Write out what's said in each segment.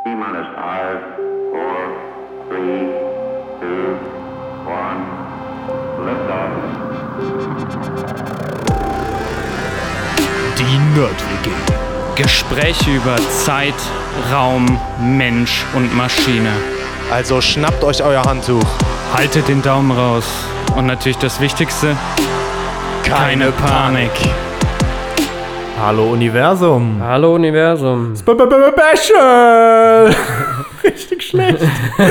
T-minus 5, 4, 3, 2, 1, liftoff. Die Nerd-WG. Gespräche über Zeit, Raum, Mensch und Maschine. Also schnappt euch euer Handtuch. Haltet den Daumen raus. Und natürlich das Wichtigste, keine Panik. Hallo Universum. Hallo Universum. Special. Richtig schlecht.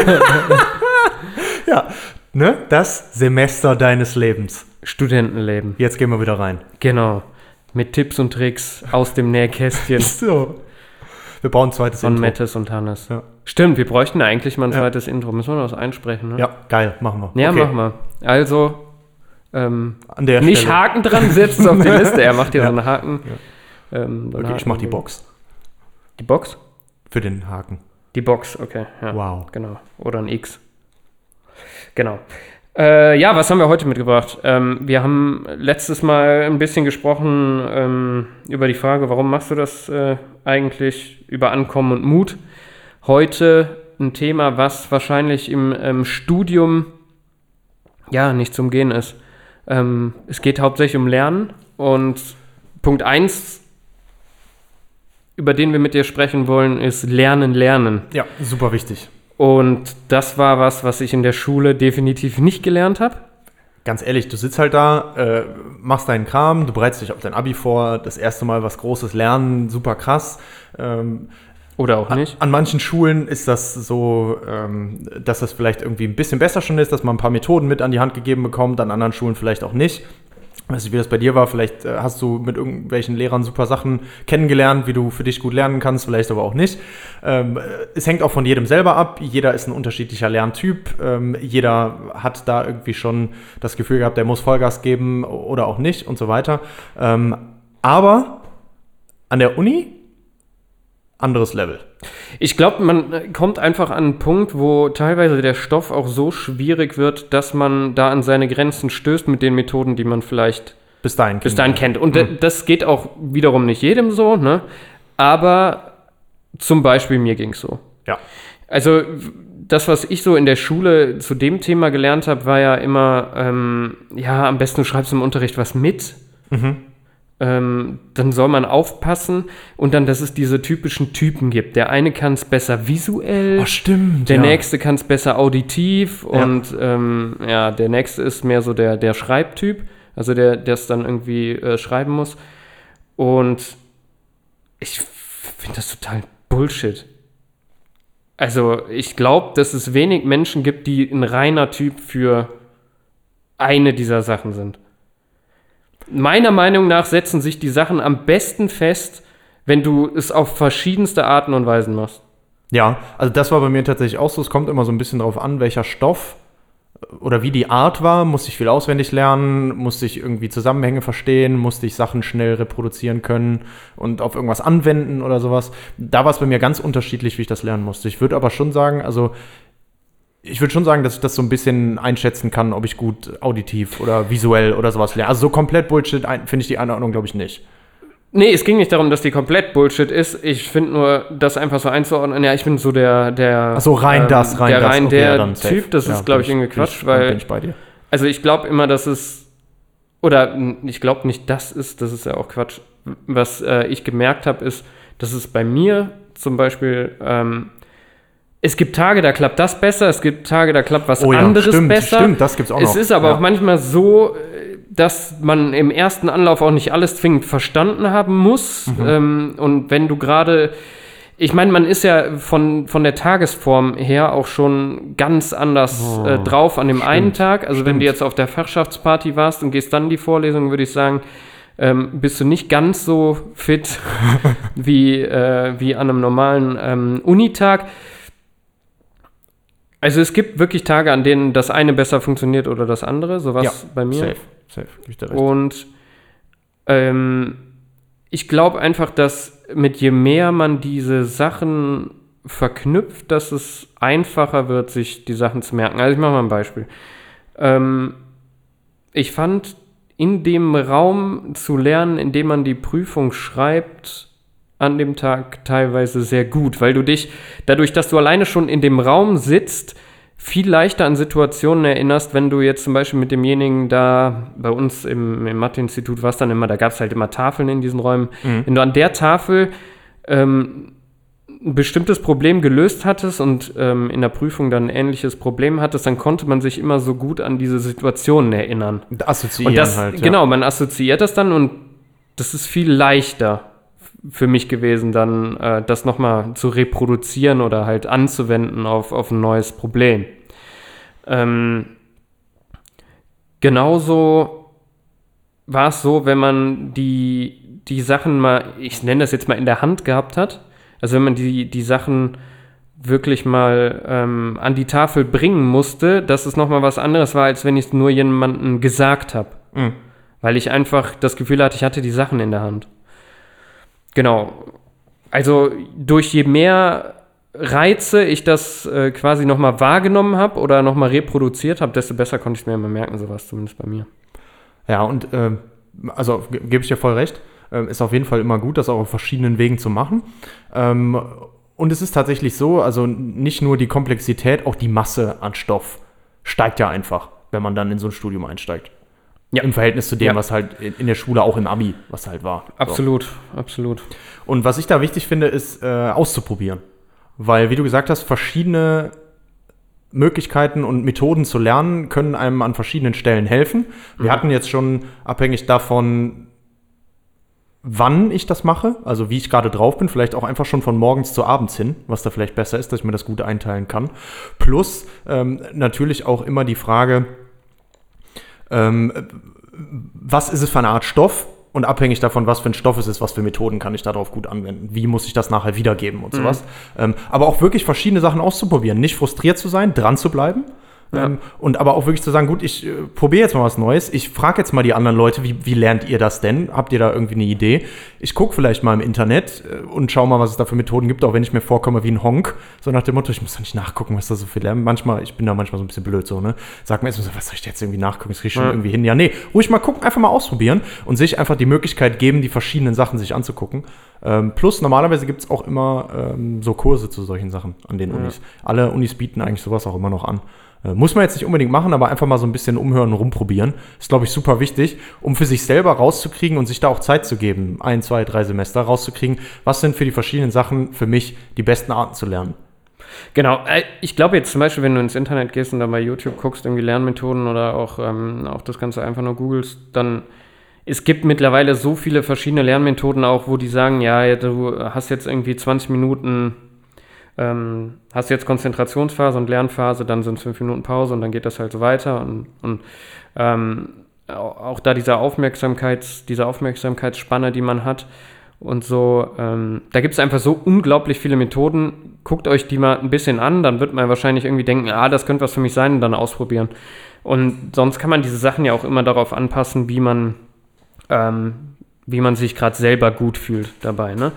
Ja, ne? Das Semester deines Lebens. Studentenleben. Jetzt gehen wir wieder rein. Genau. Mit Tipps und Tricks aus dem Nähkästchen So. Wir brauchen ein zweites von Intro. Mettes und Hannes. Ja. Stimmt, wir bräuchten eigentlich mal ein zweites Intro. Müssen wir noch was einsprechen, ne? Ja, geil, machen wir. Ja, Okay. machen wir. Also, An der nicht Stelle. Haken dran setzen auf die Liste. Er macht hier so einen Haken. Dann Okay, ich Haken. mach die Box. Die Box? Für den Haken. Die Box, okay. Ja, Wow. genau. Oder ein X. Genau. Ja, was haben wir heute mitgebracht? Wir haben letztes Mal ein bisschen gesprochen über die Frage, warum machst du das eigentlich, über Ankommen und Mut. Heute ein Thema, was wahrscheinlich im Studium ja nicht zum Gehen ist. Es geht hauptsächlich um Lernen und Punkt 1, über den wir mit dir sprechen wollen, ist Lernen, Lernen. Ja, super wichtig. Und das war was ich in der Schule definitiv nicht gelernt habe. Ganz ehrlich, du sitzt halt da, machst deinen Kram, du bereitest dich auf dein Abi vor, das erste Mal was Großes lernen, super krass. Oder auch nicht. An manchen Schulen ist das so, dass das vielleicht irgendwie ein bisschen besser schon ist, dass man ein paar Methoden mit an die Hand gegeben bekommt, an anderen Schulen vielleicht auch nicht. Ich weiß nicht, wie das bei dir war, vielleicht hast du mit irgendwelchen Lehrern super Sachen kennengelernt, wie du für dich gut lernen kannst, vielleicht aber auch nicht. Es hängt auch von jedem selber ab, jeder ist ein unterschiedlicher Lerntyp, jeder hat da irgendwie schon das Gefühl gehabt, der muss Vollgas geben oder auch nicht und so weiter. Aber an der Uni, anderes Level. Ich glaube, man kommt einfach an einen Punkt, wo teilweise der Stoff auch so schwierig wird, dass man da an seine Grenzen stößt mit den Methoden, die man vielleicht Bis dahin kennt. Und das geht auch wiederum nicht jedem so, ne? Aber zum Beispiel mir ging es so. Ja. Also das, was ich so in der Schule zu dem Thema gelernt habe, war ja immer, am besten du schreibst im Unterricht was mit. Dann soll man aufpassen und dann, dass es diese typischen Typen gibt. Der eine kann es besser visuell, Stimmt. der nächste kann es besser auditiv und der nächste ist mehr so der Schreibtyp, also der es dann irgendwie schreiben muss. Und ich finde das total Bullshit. Also ich glaube, dass es wenig Menschen gibt, die ein reiner Typ für eine dieser Sachen sind. Meiner Meinung nach setzen sich die Sachen am besten fest, wenn du es auf verschiedenste Arten und Weisen machst. Ja, also das war bei mir tatsächlich auch so. Es kommt immer so ein bisschen drauf an, welcher Stoff oder wie die Art war. Musste ich viel auswendig lernen, musste ich irgendwie Zusammenhänge verstehen, musste ich Sachen schnell reproduzieren können und auf irgendwas anwenden oder sowas. Da war es bei mir ganz unterschiedlich, wie ich das lernen musste. Ich würde aber schon sagen, dass ich das so ein bisschen einschätzen kann, ob ich gut auditiv oder visuell oder sowas lerne. Also so komplett Bullshit finde ich die Einordnung, glaube ich, nicht. Nee, es ging nicht darum, dass die komplett Bullshit ist. Ich finde nur, das einfach so einzuordnen, ja, ich bin so der Ach so, rein das. Okay, der dann Typ, safe. das ist, glaube ich, irgendwie Quatsch, weil, bin ich bei dir. also ich glaube immer, dass es, oder ich glaube nicht, das ist ja auch Quatsch. Was ich gemerkt habe, ist, dass es bei mir zum Beispiel, es gibt Tage, da klappt das besser, es gibt Tage, da klappt was anderes besser. Stimmt, das gibt's auch noch. Es ist aber auch manchmal so, dass man im ersten Anlauf auch nicht alles zwingend verstanden haben muss. Und wenn du gerade, ich meine, man ist ja von der Tagesform her auch schon ganz anders drauf an dem einen Tag. Also wenn du jetzt auf der Fachschaftsparty warst und gehst dann in die Vorlesung, würde ich sagen, bist du nicht ganz so fit wie an einem normalen Unitag. Also es gibt wirklich Tage, an denen das eine besser funktioniert oder das andere, sowas bei mir. Safe, gebe ich dir recht. Und ich glaube einfach, dass je mehr man diese Sachen verknüpft, dass es einfacher wird, sich die Sachen zu merken. Also ich mache mal ein Beispiel. Ich fand, in dem Raum zu lernen, in dem man die Prüfung schreibt, an dem Tag teilweise sehr gut, weil du dich, dadurch, dass du alleine schon in dem Raum sitzt, viel leichter an Situationen erinnerst, wenn du jetzt zum Beispiel mit demjenigen da, bei uns im Mathe-Institut war es dann immer, da gab es halt immer Tafeln in diesen Räumen. Wenn du an der Tafel ein bestimmtes Problem gelöst hattest und in der Prüfung dann ein ähnliches Problem hattest, dann konnte man sich immer so gut an diese Situationen erinnern. Assoziieren und das, halt. Ja. Genau, man assoziiert das dann und das ist viel leichter für mich gewesen, dann das nochmal zu reproduzieren oder halt anzuwenden auf ein neues Problem. Genauso war es so, wenn man die Sachen mal, ich nenne das jetzt mal in der Hand gehabt hat, also wenn man die Sachen wirklich mal an die Tafel bringen musste, dass es nochmal was anderes war, als wenn ich es nur jemandem gesagt habe. Weil ich einfach das Gefühl hatte, ich hatte die Sachen in der Hand. Genau. Also durch je mehr Reize ich das quasi nochmal wahrgenommen habe oder nochmal reproduziert habe, desto besser konnte ich es mir immer merken, sowas zumindest bei mir. Ja, und also gebe ich dir voll recht. Ist auf jeden Fall immer gut, das auch auf verschiedenen Wegen zu machen. Und es ist tatsächlich so, also nicht nur die Komplexität, auch die Masse an Stoff steigt ja einfach, wenn man dann in so ein Studium einsteigt. Ja. Im Verhältnis zu dem, was halt in der Schule, auch im Abi, was halt war. Absolut, so. Absolut. Und was ich da wichtig finde, ist auszuprobieren. Weil, wie du gesagt hast, verschiedene Möglichkeiten und Methoden zu lernen, können einem an verschiedenen Stellen helfen. Wir hatten jetzt schon, abhängig davon, wann ich das mache, also wie ich gerade drauf bin, vielleicht auch einfach schon von morgens zu abends hin, was da vielleicht besser ist, dass ich mir das gut einteilen kann. Plus natürlich auch immer die Frage, was ist es für eine Art Stoff und abhängig davon, was für ein Stoff es ist, was für Methoden kann ich darauf gut anwenden, wie muss ich das nachher wiedergeben und sowas. Aber auch wirklich verschiedene Sachen auszuprobieren, nicht frustriert zu sein, dran zu bleiben. Ja. Und aber auch wirklich zu sagen, gut, ich probiere jetzt mal was Neues. Ich frage jetzt mal die anderen Leute, wie lernt ihr das denn? Habt ihr da irgendwie eine Idee? Ich gucke vielleicht mal im Internet und schaue mal, was es da für Methoden gibt, auch wenn ich mir vorkomme wie ein Honk. So nach dem Motto, ich muss da nicht nachgucken, was da so viel lernen. Ich bin da manchmal so ein bisschen blöd so, ne? Sag mir erstmal so, was soll ich jetzt irgendwie nachgucken? Das kriege ich schon irgendwie hin. Ja, nee, ruhig mal gucken, einfach mal ausprobieren und sich einfach die Möglichkeit geben, die verschiedenen Sachen sich anzugucken. Plus normalerweise gibt es auch immer so Kurse zu solchen Sachen an den Unis. Alle Unis bieten eigentlich sowas auch immer noch an. Muss man jetzt nicht unbedingt machen, aber einfach mal so ein bisschen umhören und rumprobieren. Ist, glaube ich, super wichtig, um für sich selber rauszukriegen und sich da auch Zeit zu geben, 1, 2, 3 Semester rauszukriegen, was sind für die verschiedenen Sachen für mich die besten Arten zu lernen. Genau, ich glaube jetzt zum Beispiel, wenn du ins Internet gehst und dann bei YouTube guckst, irgendwie Lernmethoden oder auch das Ganze einfach nur googelst, dann es gibt mittlerweile so viele verschiedene Lernmethoden auch, wo die sagen, ja, du hast jetzt irgendwie 20 Minuten hast jetzt Konzentrationsphase und Lernphase, dann sind es 5 Minuten Pause und dann geht das halt so weiter und auch da diese Aufmerksamkeitsspanne, die man hat und so, da gibt es einfach so unglaublich viele Methoden. Guckt euch die mal ein bisschen an, dann wird man wahrscheinlich irgendwie denken, das könnte was für mich sein und dann ausprobieren. Und sonst kann man diese Sachen ja auch immer darauf anpassen, wie man sich gerade selber gut fühlt dabei, ne?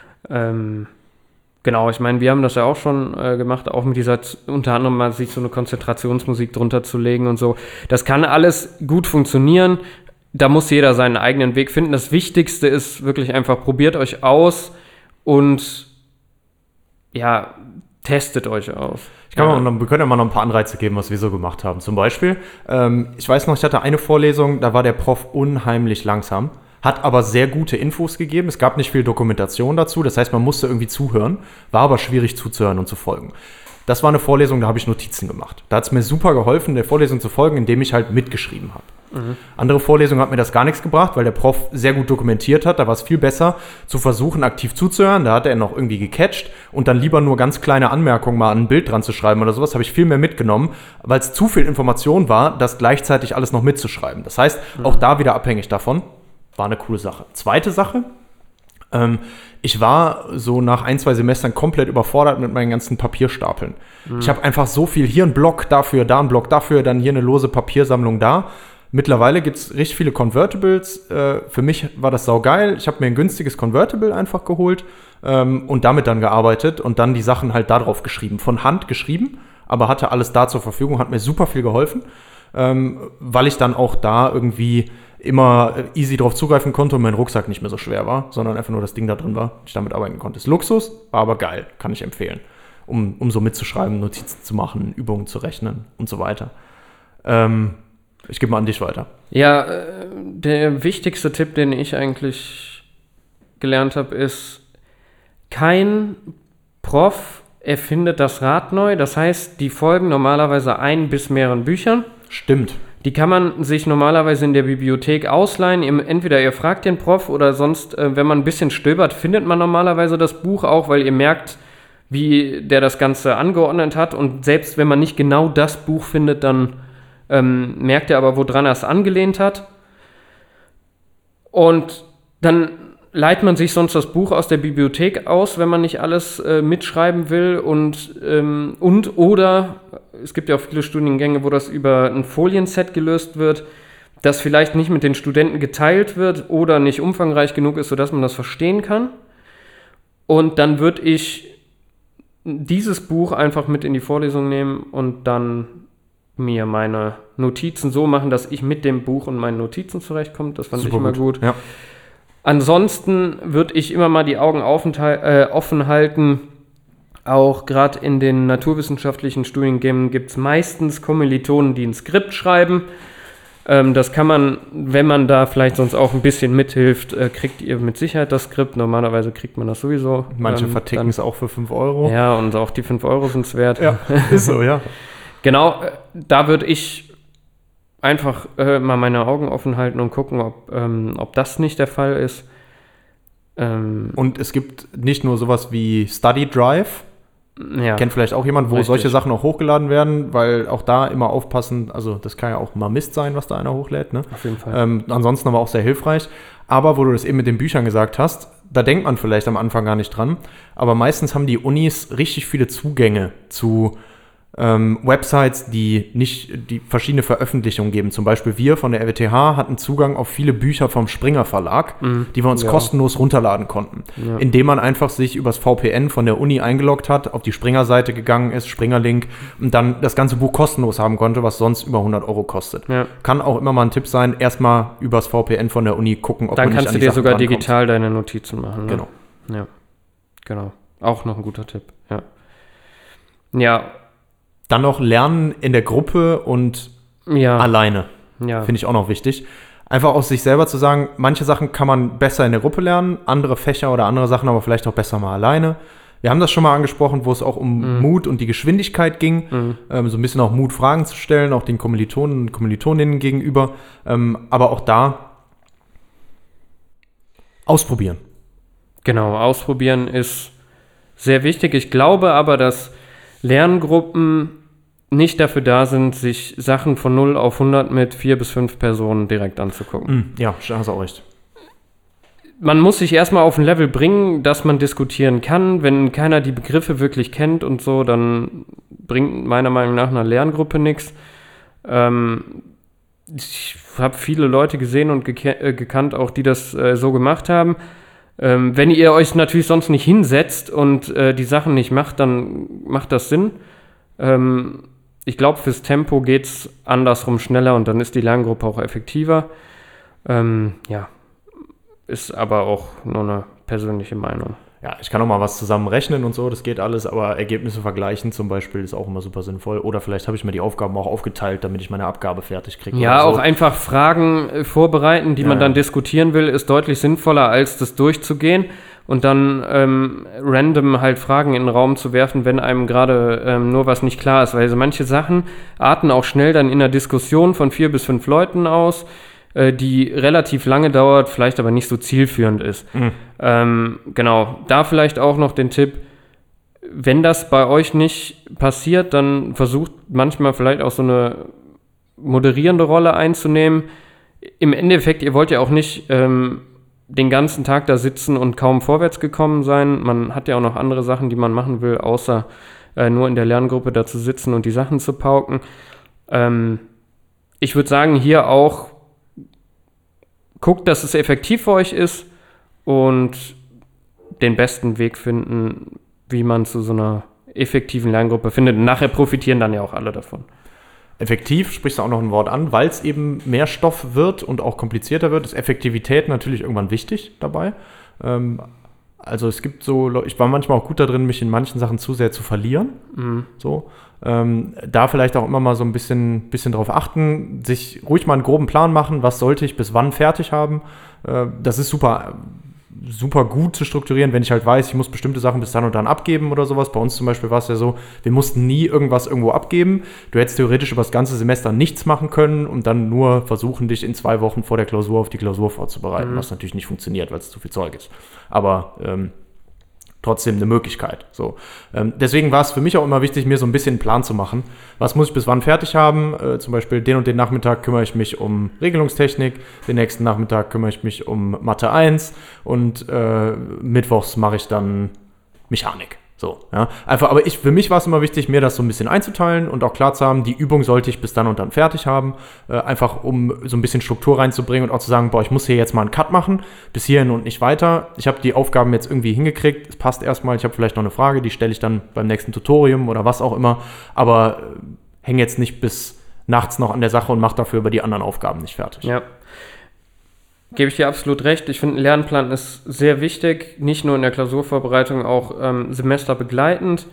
Genau, ich meine, wir haben das ja auch schon gemacht, auch mit dieser, unter anderem mal sich so eine Konzentrationsmusik drunter zu legen und so. Das kann alles gut funktionieren, da muss jeder seinen eigenen Weg finden. Das Wichtigste ist wirklich einfach, probiert euch aus und ja, testet euch aus. Wir können ja mal noch ein paar Anreize geben, was wir so gemacht haben. Zum Beispiel, ich weiß noch, ich hatte eine Vorlesung, da war der Prof unheimlich langsam. Hat aber sehr gute Infos gegeben. Es gab nicht viel Dokumentation dazu. Das heißt, man musste irgendwie zuhören. War aber schwierig zuzuhören und zu folgen. Das war eine Vorlesung, da habe ich Notizen gemacht. Da hat es mir super geholfen, der Vorlesung zu folgen, indem ich halt mitgeschrieben habe. Andere Vorlesungen hat mir das gar nichts gebracht, weil der Prof sehr gut dokumentiert hat. Da war es viel besser, zu versuchen, aktiv zuzuhören. Da hat er noch irgendwie gecatcht und dann lieber nur ganz kleine Anmerkungen mal an ein Bild dran zu schreiben oder sowas. Habe ich viel mehr mitgenommen, weil es zu viel Information war, das gleichzeitig alles noch mitzuschreiben. Das heißt, auch da wieder abhängig davon. War eine coole Sache. Zweite Sache, ich war so nach 1, 2 Semestern komplett überfordert mit meinen ganzen Papierstapeln. Ich habe einfach so viel, hier ein Block dafür, da ein Block dafür, dann hier eine lose Papiersammlung da. Mittlerweile gibt es richtig viele Convertibles. Für mich war das saugeil. Ich habe mir ein günstiges Convertible einfach geholt und damit dann gearbeitet und dann die Sachen halt da drauf geschrieben. Von Hand geschrieben, aber hatte alles da zur Verfügung, hat mir super viel geholfen, weil ich dann auch da irgendwie immer easy drauf zugreifen konnte und mein Rucksack nicht mehr so schwer war, sondern einfach nur das Ding da drin war, ich damit arbeiten konnte. Ist Luxus, war aber geil, kann ich empfehlen. Um so mitzuschreiben, Notizen zu machen, Übungen zu rechnen und so weiter. Ich gebe mal an dich weiter. Ja, der wichtigste Tipp, den ich eigentlich gelernt habe, ist, kein Prof erfindet das Rad neu. Das heißt, die folgen normalerweise ein bis mehreren Büchern. Stimmt. Die kann man sich normalerweise in der Bibliothek ausleihen. Entweder ihr fragt den Prof oder sonst, wenn man ein bisschen stöbert, findet man normalerweise das Buch auch, weil ihr merkt, wie der das Ganze angeordnet hat. Und selbst wenn man nicht genau das Buch findet, dann merkt er aber, woran er es angelehnt hat. Und dann leiht man sich sonst das Buch aus der Bibliothek aus, wenn man nicht alles mitschreiben will. Oder es gibt ja auch viele Studiengänge, wo das über ein Folienset gelöst wird, das vielleicht nicht mit den Studenten geteilt wird oder nicht umfangreich genug ist, sodass man das verstehen kann. Und dann würde ich dieses Buch einfach mit in die Vorlesung nehmen und dann mir meine Notizen so machen, dass ich mit dem Buch und meinen Notizen zurechtkomme. Das fand ich immer gut. Ja. Ansonsten würde ich immer mal die Augen offen halten. Auch gerade in den naturwissenschaftlichen Studiengängen gibt es meistens Kommilitonen, die ein Skript schreiben. Das kann man, wenn man da vielleicht sonst auch ein bisschen mithilft, kriegt ihr mit Sicherheit das Skript. Normalerweise kriegt man das sowieso. Manche verticken es auch für 5 Euro. Ja, und auch die 5 Euro sind es wert. Ja, ist so, ja. Genau, da würde ich einfach mal meine Augen offen halten und gucken, ob das nicht der Fall ist. Und es gibt nicht nur sowas wie Study Drive. Ja. Kennt vielleicht auch jemand, wo Richtig. solche Sachen auch hochgeladen werden, weil auch da immer aufpassen, also das kann ja auch mal Mist sein, was da einer hochlädt, ne? Auf jeden Fall. Ansonsten aber auch sehr hilfreich. Aber wo du das eben mit den Büchern gesagt hast, da denkt man vielleicht am Anfang gar nicht dran, aber meistens haben die Unis richtig viele Zugänge zu Websites, die verschiedene Veröffentlichungen geben. Zum Beispiel wir von der RWTH hatten Zugang auf viele Bücher vom Springer Verlag, die wir uns kostenlos runterladen konnten. Ja. Indem man einfach sich übers VPN von der Uni eingeloggt hat, auf die Springer-Seite gegangen ist, Springer-Link, und dann das ganze Buch kostenlos haben konnte, was sonst über 100 Euro kostet. Ja. Kann auch immer mal ein Tipp sein, erstmal übers VPN von der Uni gucken, ob dann man nicht an die Sachen Sachen drankommt. Dann kannst du dir sogar digital deine Notizen machen. Ne? Genau. Ja, genau. Auch noch ein guter Tipp. Ja. Ja. Dann noch lernen in der Gruppe und alleine. Ja. Finde ich auch noch wichtig. Einfach aus sich selber zu sagen, manche Sachen kann man besser in der Gruppe lernen, andere Fächer oder andere Sachen aber vielleicht auch besser mal alleine. Wir haben das schon mal angesprochen, wo es auch um Mut und die Geschwindigkeit ging. So ein bisschen auch Mut, Fragen zu stellen, auch den Kommilitonen und Kommilitoninnen gegenüber. Aber auch da ausprobieren. Genau, ausprobieren ist sehr wichtig. Ich glaube aber, dass Lerngruppen nicht dafür da sind, sich Sachen von 0 auf 100 mit 4 bis 5 Personen direkt anzugucken. Ja, da hast du auch recht. Man muss sich erstmal auf ein Level bringen, dass man diskutieren kann. Wenn keiner die Begriffe wirklich kennt und so, dann bringt meiner Meinung nach eine Lerngruppe nichts. Ich habe viele Leute gesehen und gekannt, auch die das so gemacht haben. Wenn ihr euch natürlich sonst nicht hinsetzt und die Sachen nicht macht, dann macht das Sinn. Ich glaube, fürs Tempo geht es andersrum schneller und dann ist die Lerngruppe auch effektiver. Ja, ist aber auch nur eine persönliche Meinung. Ja, ich kann auch mal was zusammenrechnen und so, das geht alles, aber Ergebnisse vergleichen zum Beispiel ist auch immer super sinnvoll. Oder vielleicht habe ich mir die Aufgaben auch aufgeteilt, damit ich meine Abgabe fertig kriege. Ja, so. Auch einfach Fragen vorbereiten, die man dann diskutieren will, ist deutlich sinnvoller, als das durchzugehen und dann random halt Fragen in den Raum zu werfen, wenn einem gerade nur was nicht klar ist. Weil so manche Sachen arten auch schnell dann in einer Diskussion von 4 bis 5 Leuten aus, die relativ lange dauert, vielleicht aber nicht so zielführend ist. Genau, da vielleicht auch noch den Tipp, wenn das bei euch nicht passiert, dann versucht manchmal vielleicht auch so eine moderierende Rolle einzunehmen. Im Endeffekt, ihr wollt ja auch nicht den ganzen Tag da sitzen und kaum vorwärts gekommen sein. Man hat ja auch noch andere Sachen, die man machen will, außer nur in der Lerngruppe da zu sitzen und die Sachen zu pauken. Ich würde sagen, hier auch guckt, dass es effektiv für euch ist und den besten Weg finden, wie man zu so einer effektiven Lerngruppe findet. Und nachher profitieren dann ja auch alle davon. Effektiv sprichst du auch noch ein Wort an, weil es eben mehr Stoff wird und auch komplizierter wird, ist Effektivität natürlich irgendwann wichtig dabei. Also es gibt ich war manchmal auch gut da drin, mich in manchen Sachen zu sehr zu verlieren. So. Da vielleicht auch immer mal so ein bisschen drauf achten, sich ruhig mal einen groben Plan machen, was sollte ich bis wann fertig haben. Das ist super gut zu strukturieren, wenn ich halt weiß, ich muss bestimmte Sachen bis dann und dann abgeben oder sowas. Bei uns zum Beispiel war es ja so, wir mussten nie irgendwas irgendwo abgeben. Du hättest theoretisch über das ganze Semester nichts machen können und dann nur versuchen, dich in 2 Wochen vor der Klausur auf die Klausur vorzubereiten, was natürlich nicht funktioniert, weil es zu viel Zeug ist. Aber trotzdem eine Möglichkeit. So. Deswegen war es für mich auch immer wichtig, mir so ein bisschen einen Plan zu machen. Was muss ich bis wann fertig haben? Zum Beispiel den und den Nachmittag kümmere ich mich um Regelungstechnik, den nächsten Nachmittag kümmere ich mich um Mathe 1 und mittwochs mache ich dann Mechanik. So, ja. Aber für mich war es immer wichtig, mir das so ein bisschen einzuteilen und auch klar zu haben, die Übung sollte ich bis dann und dann fertig haben. Einfach um so ein bisschen Struktur reinzubringen und auch zu sagen, ich muss hier jetzt mal einen Cut machen, bis hierhin und nicht weiter. Ich habe die Aufgaben jetzt irgendwie hingekriegt, es passt erstmal, ich habe vielleicht noch eine Frage, die stelle ich dann beim nächsten Tutorium oder was auch immer, aber hänge jetzt nicht bis nachts noch an der Sache und mache dafür über die anderen Aufgaben nicht fertig. Ja. Gebe ich dir absolut recht. Ich finde, ein Lernplan ist sehr wichtig, nicht nur in der Klausurvorbereitung, auch semesterbegleitend.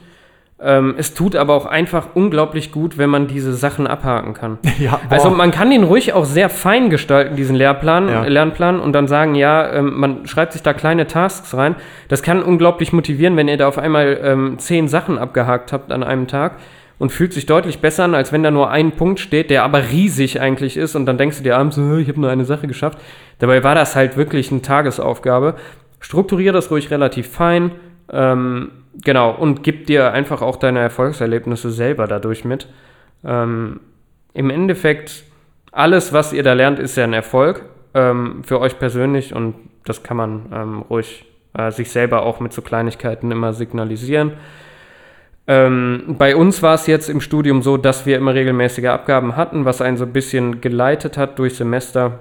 Es tut aber auch einfach unglaublich gut, wenn man diese Sachen abhaken kann. Ja, also man kann den ruhig auch sehr fein gestalten, diesen Lernplan, und dann sagen, man schreibt sich da kleine Tasks rein. Das kann unglaublich motivieren, wenn ihr da auf einmal 10 Sachen abgehakt habt an einem Tag. Und fühlt sich deutlich besser an, als wenn da nur ein Punkt steht, der aber riesig eigentlich ist. Und dann denkst du dir abends, ich habe nur eine Sache geschafft. Dabei war das halt wirklich eine Tagesaufgabe. Strukturier das ruhig relativ fein. Genau. Und gib dir einfach auch deine Erfolgserlebnisse selber dadurch mit. Im Endeffekt, alles, was ihr da lernt, ist ja ein Erfolg für euch persönlich. Und das kann man ruhig sich selber auch mit so Kleinigkeiten immer signalisieren. Bei uns war es jetzt im Studium so, dass wir immer regelmäßige Abgaben hatten, was einen so ein bisschen geleitet hat durch Semester.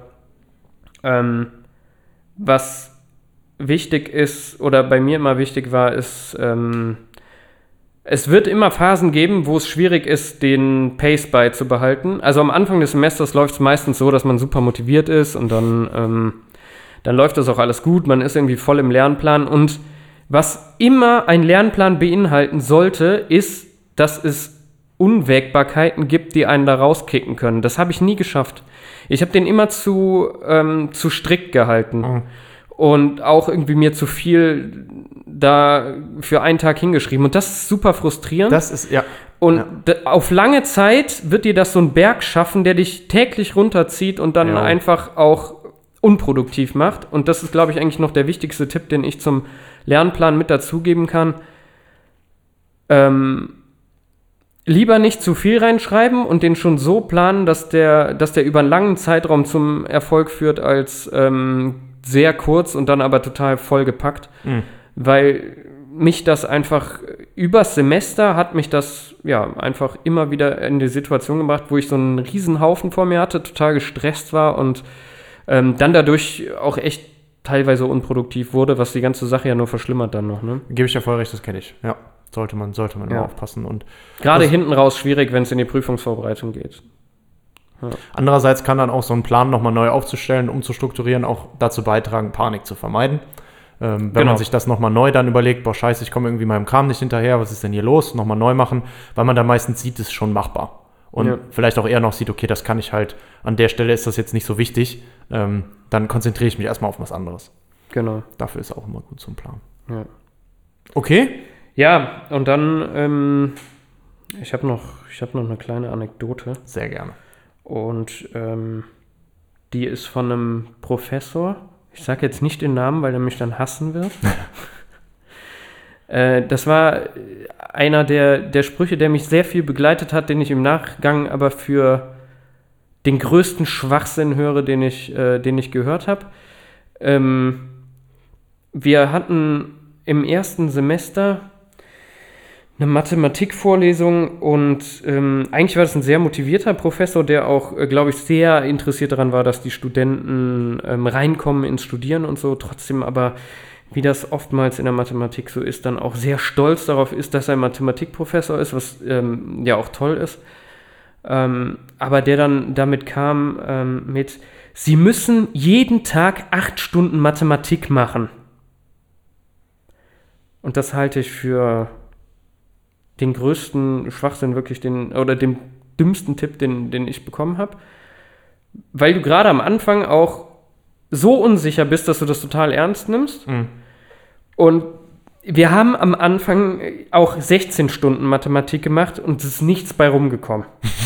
Was wichtig ist oder bei mir immer wichtig war, ist, es wird immer Phasen geben, wo es schwierig ist, den Pace beizubehalten. Also am Anfang des Semesters läuft es meistens so, dass man super motiviert ist und dann läuft das auch alles gut, man ist irgendwie voll im Lernplan und was immer ein Lernplan beinhalten sollte, ist, dass es Unwägbarkeiten gibt, die einen da rauskicken können. Das habe ich nie geschafft. Ich habe den immer zu strikt gehalten und auch irgendwie mir zu viel da für einen Tag hingeschrieben. Und das ist super frustrierend. Das ist, ja. Und auf lange Zeit wird dir das so ein Berg schaffen, der dich täglich runterzieht und dann einfach auch unproduktiv macht. Und das ist, glaube ich, eigentlich noch der wichtigste Tipp, den ich zum Lernplan mit dazugeben kann. Lieber nicht zu viel reinschreiben und den schon so planen, dass der über einen langen Zeitraum zum Erfolg führt, als sehr kurz und dann aber total vollgepackt. Weil mich das einfach übers Semester hat mich das einfach immer wieder in die Situation gebracht, wo ich so einen riesen Haufen vor mir hatte, total gestresst war und dann dadurch auch echt teilweise unproduktiv wurde, was die ganze Sache ja nur verschlimmert dann noch, ne? Gebe ich ja voll recht, das kenne ich. Ja, sollte man immer aufpassen. Und gerade hinten raus schwierig, wenn es in die Prüfungsvorbereitung geht. Ja. Andererseits kann dann auch so ein Plan nochmal neu aufzustellen, umzustrukturieren, auch dazu beitragen, Panik zu vermeiden. Wenn man sich das nochmal neu dann überlegt, scheiße, ich komme irgendwie meinem Kram nicht hinterher, was ist denn hier los? Nochmal neu machen, weil man da meistens sieht, es ist schon machbar. Und vielleicht auch eher noch sieht, okay, das kann ich halt, an der Stelle ist das jetzt nicht so wichtig, dann konzentriere ich mich erstmal auf was anderes. Genau. Dafür ist auch immer gut so ein Plan. Ja. Okay. Ja, und dann, ich habe noch eine kleine Anekdote. Sehr gerne. Und die ist von einem Professor. Ich sage jetzt nicht den Namen, weil er mich dann hassen wird. Das war einer der Sprüche, der mich sehr viel begleitet hat, den ich im Nachgang aber für den größten Schwachsinn höre, den ich gehört habe. Wir hatten im ersten Semester eine Mathematikvorlesung und eigentlich war das ein sehr motivierter Professor, der auch, glaube ich, sehr interessiert daran war, dass die Studenten reinkommen ins Studieren und so, trotzdem aber, wie das oftmals in der Mathematik so ist, dann auch sehr stolz darauf ist, dass er Mathematikprofessor ist, was ja auch toll ist. aber der dann damit kam mit, Sie müssen jeden Tag 8 Stunden Mathematik machen. Und das halte ich für den größten Schwachsinn, wirklich den dümmsten Tipp, den ich bekommen habe. Weil du gerade am Anfang auch so unsicher bist, dass du das total ernst nimmst. Mhm. Und wir haben am Anfang auch 16 Stunden Mathematik gemacht und es ist nichts bei rumgekommen.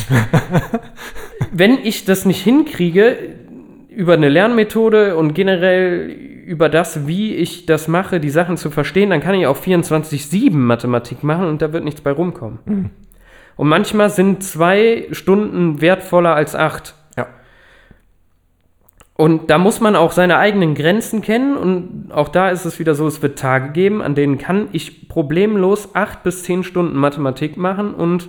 Wenn ich das nicht hinkriege, über eine Lernmethode und generell über das, wie ich das mache, die Sachen zu verstehen, dann kann ich auch 24/7 Mathematik machen und da wird nichts bei rumkommen. Mhm. Und manchmal sind 2 Stunden wertvoller als 8. Ja. Und da muss man auch seine eigenen Grenzen kennen und auch da ist es wieder so, es wird Tage geben, an denen kann ich problemlos 8 bis 10 Stunden Mathematik machen und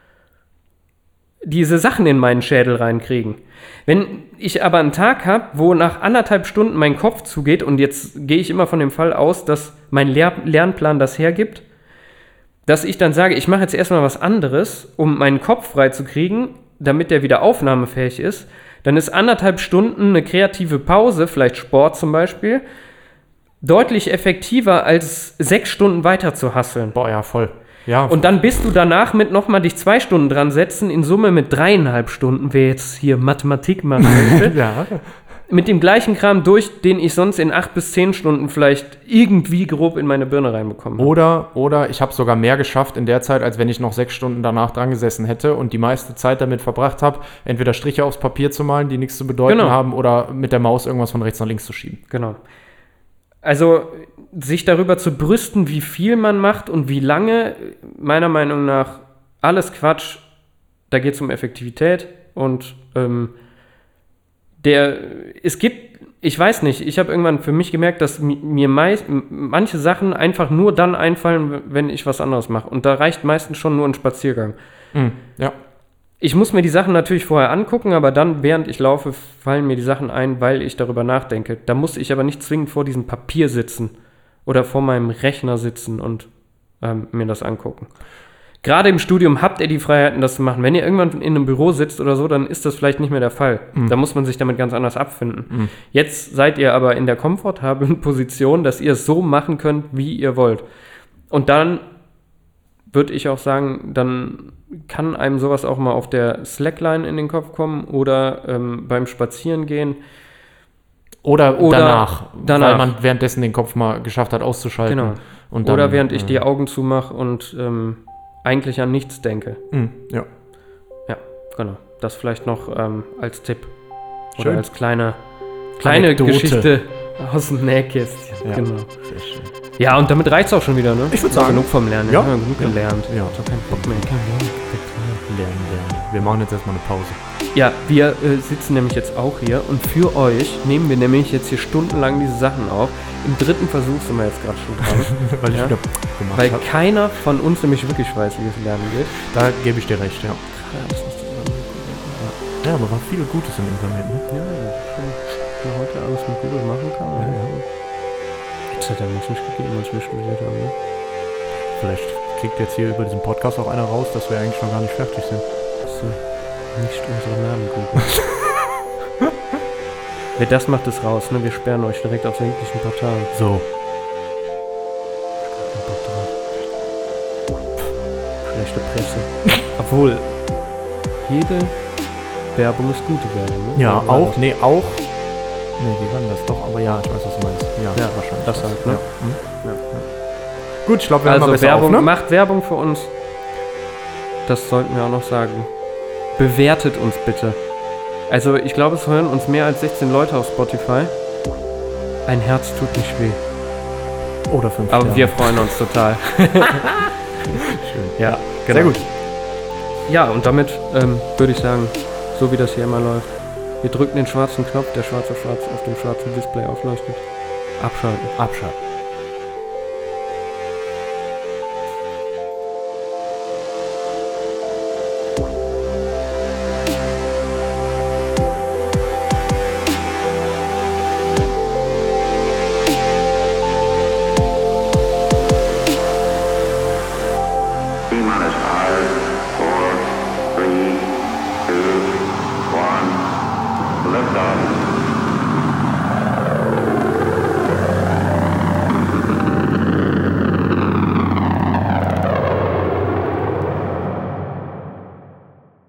diese Sachen in meinen Schädel reinkriegen. Wenn ich aber einen Tag habe, wo nach 1,5 Stunden mein Kopf zugeht und jetzt gehe ich immer von dem Fall aus, dass mein Lernplan das hergibt, dass ich dann sage, ich mache jetzt erstmal was anderes, um meinen Kopf frei zu kriegen, damit der wieder aufnahmefähig ist, dann ist 1,5 Stunden eine kreative Pause, vielleicht Sport zum Beispiel, deutlich effektiver als 6 Stunden weiter zu hasseln. Boah, ja, voll. Ja. Und dann bist du danach mit nochmal dich 2 Stunden dran setzen, in Summe mit 3,5 Stunden, wer jetzt hier Mathematik machen möchte, ja. Mit dem gleichen Kram durch, den ich sonst in 8 bis 10 Stunden vielleicht irgendwie grob in meine Birne reinbekommen habe. Oder ich habe sogar mehr geschafft in der Zeit, als wenn ich noch 6 Stunden danach dran gesessen hätte und die meiste Zeit damit verbracht habe, entweder Striche aufs Papier zu malen, die nichts zu bedeuten haben, oder mit der Maus irgendwas von rechts nach links zu schieben. Genau. Also sich darüber zu brüsten, wie viel man macht und wie lange, meiner Meinung nach alles Quatsch. Da geht es um Effektivität und ich weiß nicht, ich habe irgendwann für mich gemerkt, dass mir manche Sachen einfach nur dann einfallen, wenn ich was anderes mache. Und da reicht meistens schon nur ein Spaziergang. Ja. Ich muss mir die Sachen natürlich vorher angucken, aber dann, während ich laufe, fallen mir die Sachen ein, weil ich darüber nachdenke. Da muss ich aber nicht zwingend vor diesem Papier sitzen oder vor meinem Rechner sitzen und mir das angucken. Gerade im Studium habt ihr die Freiheiten, das zu machen. Wenn ihr irgendwann in einem Büro sitzt oder so, dann ist das vielleicht nicht mehr der Fall. Da muss man sich damit ganz anders abfinden. Jetzt seid ihr aber in der komfortablen Position, dass ihr es so machen könnt, wie ihr wollt. Und dann würde ich auch sagen, dann kann einem sowas auch mal auf der Slackline in den Kopf kommen oder beim Spazierengehen. Oder danach, weil man währenddessen den Kopf mal geschafft hat auszuschalten. Genau. Und dann, oder während ich die Augen zumache und eigentlich an nichts denke. Ja. Ja, genau. Das vielleicht noch als Tipp. Schön. Oder als kleine Anekdote. Geschichte aus dem Nähkästchen. Ja, Genau. sehr schön. Ja, und damit reicht es auch schon wieder, ne? Ich würd sagen. Genug vom Lernen. Ja. Genug gelernt. Ja. Ich hab keinen Bock mehr. Lernen. Wir machen jetzt erstmal eine Pause. Ja, wir sitzen nämlich jetzt auch hier und für euch nehmen wir nämlich jetzt hier stundenlang diese Sachen auf. Im 3. Versuch sind wir jetzt gerade schon dran. Weil ich Ja. wieder gemacht Weil habe. keiner von uns nämlich wirklich weiß, wie es lernen geht. Da gebe ich dir recht, ja. Das ist nicht zusammengekommen. Ja, aber war viel Gutes im Internet, ne? Ja, was man heute alles mit Google machen kann. Ja. Jetzt hat er uns nicht gegeben, als wir studiert haben, ne? Vielleicht kriegt jetzt hier über diesen Podcast auch einer raus, dass wir eigentlich noch gar nicht fertig sind. Das sind nicht unsere Namen Google. Wer das macht, ist raus, ne? Wir sperren euch direkt auf sämtlichen Portalen. So. Schlechte Presse. Obwohl, jede Werbung ist gute Werbung, ne? Ja, Oder auch. was? Nee, auch. Nee, wie war denn das? Doch, aber ja, ich weiß, was du meinst. Ja, wahrscheinlich. das halt, ne? Ja. Gut, ich glaube, wir haben mal Also besser Werbung, auf, ne? macht Werbung für uns. Das sollten wir auch noch sagen. Bewertet uns bitte. Also ich glaube, es hören uns mehr als 16 Leute auf Spotify. Ein Herz tut nicht weh. Oder 5 Aber Sterne. wir freuen uns total. Schön. Ja, genau. Sehr gut. Ja, und damit würde ich sagen, so wie das hier immer läuft. Wir drücken den schwarzen Knopf, der schwarz auf schwarz auf dem schwarzen Display aufleuchtet. Abschalten. Abschalten. T-minus 5, 4, 3, liftoff.